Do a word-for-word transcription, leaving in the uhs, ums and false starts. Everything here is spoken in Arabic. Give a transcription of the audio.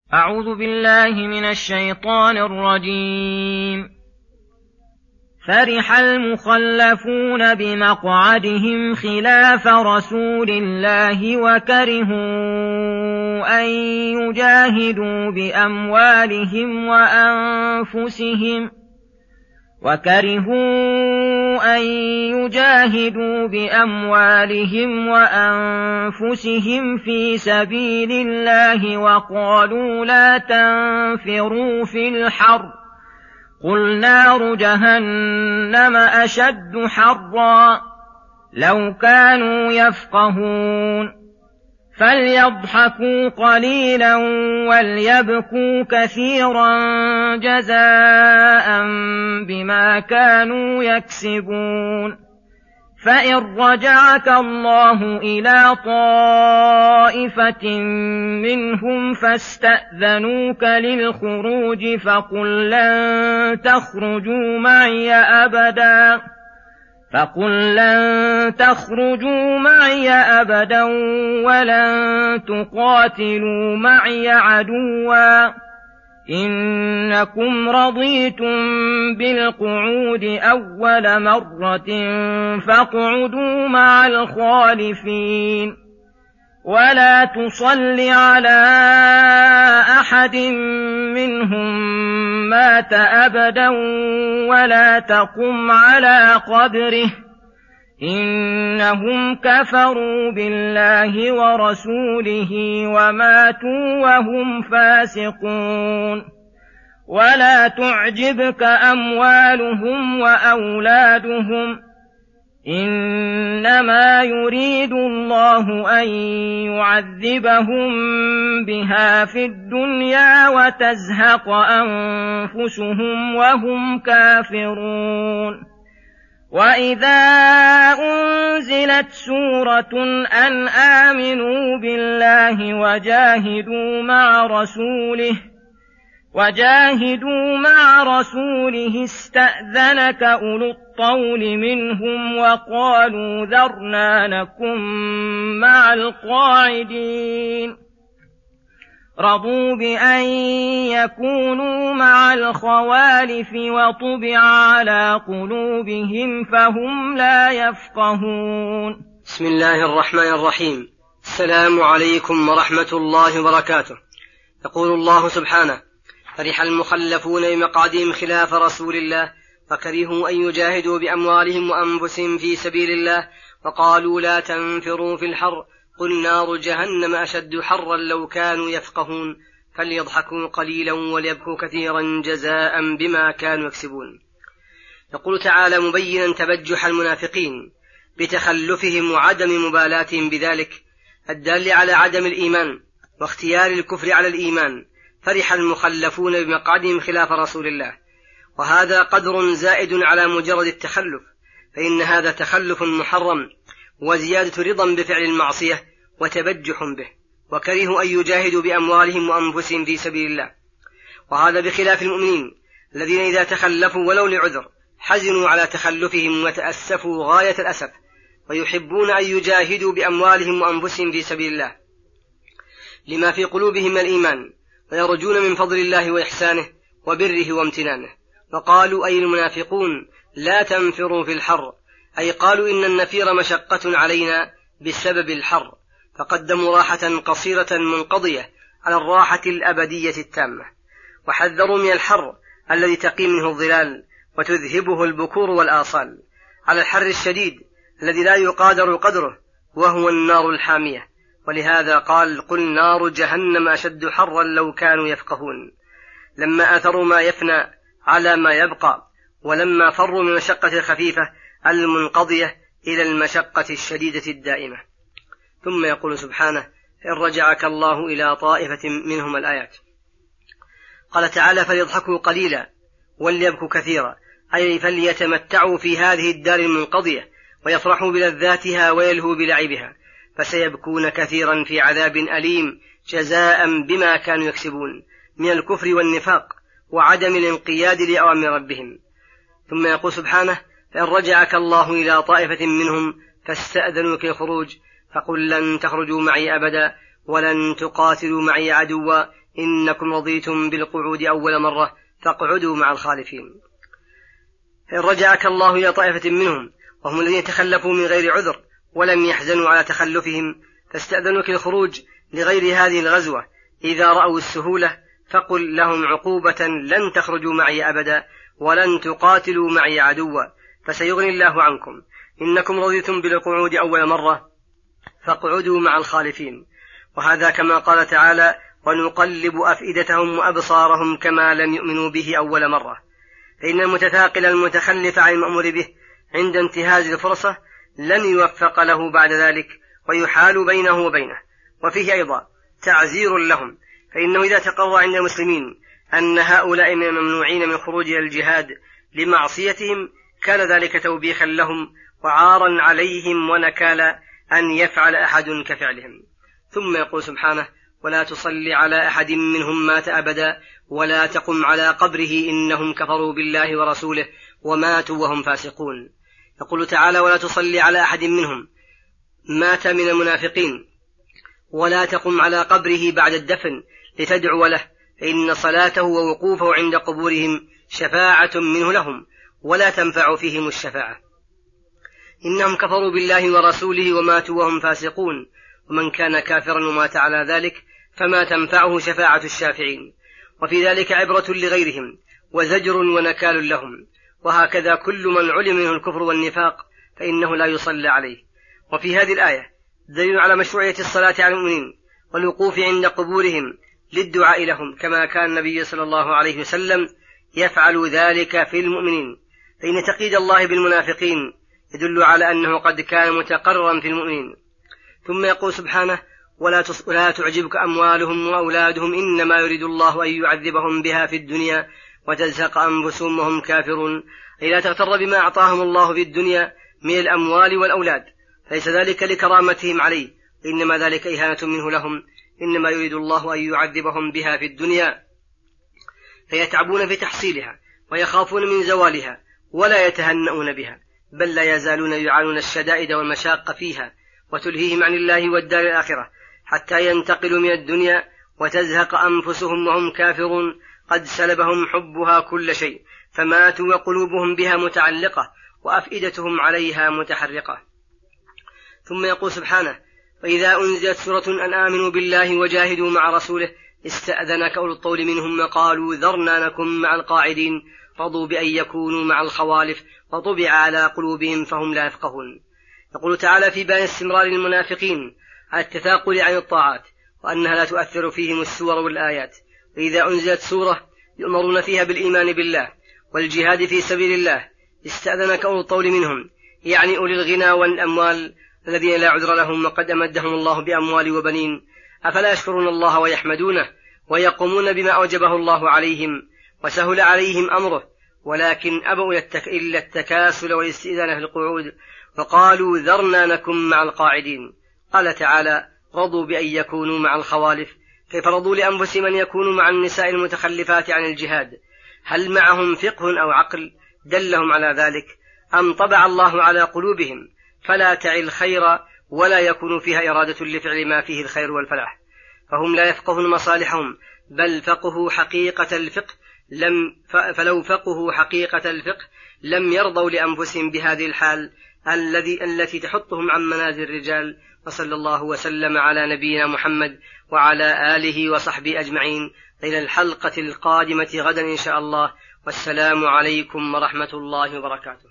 أعوذ بالله من الشيطان الرجيم. فرح المخلفون بمقعدهم خلاف رسول الله وكرهوا أن يجاهدوا بأموالهم وأنفسهم وكرهوا أن يجاهدوا بأموالهم وأنفسهم في سبيل الله وقالوا لا تنفروا في الحر قل نار جهنم أشد حرا لو كانوا يفقهون فليضحكوا قليلا وليبكوا كثيرا جزاء بما كانوا يكسبون. فإن رجعك الله إلى طائفة منهم فاستأذنوك للخروج فقل لن تخرجوا معي أبدا فقل لن تخرجوا معي أبدا ولن تقاتلوا معي عدوا إنكم رضيتم بالقعود أول مرة فاقعدوا مع الخالفين ولا تصل على أحد منهم مات أبدا ولا تقم على قبره إنهم كفروا بالله ورسوله وماتوا وهم فاسقون. ولا تعجبك أموالهم وأولادهم إنما يريد الله أن يعذبهم بها في الدنيا وتزهق أنفسهم وهم كافرون. وإذا أنزلت سورة أن آمنوا بالله وجاهدوا مع رسوله وجاهدوا مع رسوله استأذنك أولو الطول منهم وقالوا ذرنا نكن مع القاعدين رضوا بأن يكونوا مع الخوالف وطبع على قلوبهم فهم لا يفقهون. بسم الله الرحمن الرحيم. السلام عليكم ورحمة الله وبركاته. يقول الله سبحانه: فرح المخلفون بمقعدهم خلاف رسول الله فكرهوا أن يجاهدوا بأموالهم وأنفسهم في سبيل الله وقالوا لا تنفروا في الحر قل نار جهنم أشد حرا لو كانوا يفقهون فليضحكوا قليلا وليبكوا كثيرا جزاء بما كانوا يكسبون. يقول تعالى مبينا تبجح المنافقين بتخلفهم وعدم مبالاتهم بذلك الدال على عدم الإيمان واختيار الكفر على الإيمان. فرح المخلفون بمقعدهم خلاف رسول الله، وهذا قدر زائد على مجرد التخلف، فإن هذا تخلف محرم وزيادة رضا بفعل المعصية وتبجح به. وكرهوا أن يجاهدوا بأموالهم وأنفسهم في سبيل الله، وهذا بخلاف المؤمنين الذين إذا تخلفوا ولو لعذر حزنوا على تخلفهم وتأسفوا غاية الأسف، ويحبون أن يجاهدوا بأموالهم وأنفسهم في سبيل الله لما في قلوبهم من الإيمان، ويرجون من فضل الله وإحسانه وبره وامتنانه. وقالوا أي المنافقون لا تنفروا في الحر، أي قالوا إن النفير مشقة علينا بسبب الحر، فقدموا راحة قصيرة منقضية على الراحة الأبدية التامة، وحذروا من الحر الذي تقيم منه الظلال وتذهبه البكور والآصال على الحر الشديد الذي لا يقادر قدره وهو النار الحامية. ولهذا قال قل نار جهنم أشد حرا لو كانوا يفقهون، لما آثروا ما يفنى على ما يبقى، ولما فروا من المشقة الخفيفة المنقضية إلى المشقة الشديدة الدائمة. ثم يقول سبحانه: إن رجعك الله إلى طائفة منهم الآيات. قال تعالى: فليضحكوا قليلا وليبكوا كثيرا، أي فليتمتعوا في هذه الدار المنقضية ويفرحوا بلذاتها ويلهوا بلعبها، فسيبكون كثيرا في عذاب أليم جزاء بما كانوا يكسبون من الكفر والنفاق وعدم الانقياد لأوامر ربهم. ثم يقول سبحانه: فإن رجعك الله إلى طائفة منهم فاستأذنوك الخروج فقل لن تخرجوا معي أبدا ولن تقاتلوا معي عدوا إنكم رضيتم بالقعود أول مرة فاقعدوا مع الخالفين. فإن رجعك الله إلى طائفة منهم وهم الذين تخلفوا من غير عذر ولم يحزنوا على تخلفهم فاستأذنوك الخروج لغير هذه الغزوة إذا رأوا السهولة فقل لهم عقوبة لن تخرجوا معي أبدا ولن تقاتلوا معي عدوا فسيغني الله عنكم إنكم رضيتم بالقعود أول مرة فاقعدوا مع الخالفين. وهذا كما قال تعالى ونقلب أفئدتهم وأبصارهم كما لم يؤمنوا به أول مرة. فإن المتثاقل المتخلف عن المأمور به عند انتهاز الفرصة لن يوفق له بعد ذلك ويحال بينه وبينه. وفيه أيضا تعزير لهم، فإنه إذا تقرر عند المسلمين أن هؤلاء ممنوعين من خروج إلى الجهاد لمعصيتهم كان ذلك توبيخا لهم وعارا عليهم ونكالا أن يفعل أحد كفعلهم. ثم يقول سبحانه ولا تصلي على أحد منهم مات أبدا ولا تقم على قبره إنهم كفروا بالله ورسوله وماتوا وهم فاسقون. يقول تعالى ولا تصلي على أحد منهم مات من المنافقين ولا تقم على قبره بعد الدفن لتدعو له فإن صلاته ووقوفه عند قبورهم شفاعة منه لهم ولا تنفع فيهم الشفاعة إنهم كفروا بالله ورسوله وماتوا وهم فاسقون ومن كان كافرا ومات على ذلك فما تنفعه شفاعة الشافعين. وفي ذلك عبرة لغيرهم وزجر ونكال لهم. وهكذا كل من علم منه الكفر والنفاق فإنه لا يصلى عليه. وفي هذه الآية دليل على مشروعية الصلاة على المؤمنين والوقوف عند قبورهم للدعاء لهم كما كان النبي صلى الله عليه وسلم يفعل ذلك في المؤمنين. فإن تقييد الله بالمنافقين يدل على أنه قد كان متقررا في المؤمنين. ثم يقول سبحانه ولا, ولا تعجبك أموالهم وأولادهم إنما يريد الله أن يعذبهم بها في الدنيا وتزهق أنفسهم وهم كافرون. أي لا تغتر بما أعطاهم الله في الدنيا من الأموال والأولاد ليس ذلك لكرامتهم عليه إنما ذلك إهانة منه لهم إنما يريد الله أن يعذبهم بها في الدنيا فيتعبون في تحصيلها ويخافون من زوالها ولا يتهنؤون بها بل لا يزالون يعانون الشدائد والمشاق فيها وتلهيهم عن الله والدار الآخرة حتى ينتقلوا من الدنيا وتزهق أنفسهم وهم كافرون قد سلبهم حبها كل شيء فماتوا وقلوبهم بها متعلقة وأفئدتهم عليها متحرقة. ثم يقول سبحانه وإذا أنزلت سورة أن آمنوا بالله وجاهدوا مع رسوله استأذنك أولو الطول منهم وقالوا ذرنا نكن مع القاعدين رضوا بأن يكونوا مع الخوالف وطبع على قلوبهم فهم لا يفقهون. يقول تعالى في بيان استمرار المنافقين على التثاقل عن الطاعات وأنها لا تؤثر فيهم السور والآيات. وإذا أنزلت سورة يؤمرون فيها بالإيمان بالله والجهاد في سبيل الله استأذنك أولو الطول منهم يعني أولي الغنى والأموال الذين لا عذر لهم وقد أمدهم الله بأموال وبنين أفلا يشكرون الله ويحمدونه ويقومون بما أوجبه الله عليهم وسهل عليهم أمره ولكن أبوا إلا التكاسل والاستئذان في القعود وقالوا ذرنا نكن مع القاعدين. قال تعالى رضوا بأن يكونوا مع الخوالف كيف رضوا لأنفسهم أن يكونوا مع النساء المتخلفات عن الجهاد؟ هل معهم فقه أو عقل دلهم على ذلك أم طبع الله على قلوبهم فلا تعي الخير ولا يكون فيها إرادة لفعل ما فيه الخير والفلاح فهم لا يفقهون مصالحهم بل فقهوا حقيقة الفقه لم فلو فقهوا حقيقة الفقه لم يرضوا لأنفسهم بهذه الحال الذي التي تحطهم عن منازل الرجال. وصلى الله وسلم على نبينا محمد وعلى آله وصحبه أجمعين إلى الحلقة القادمة غدا إن شاء الله والسلام عليكم ورحمة الله وبركاته.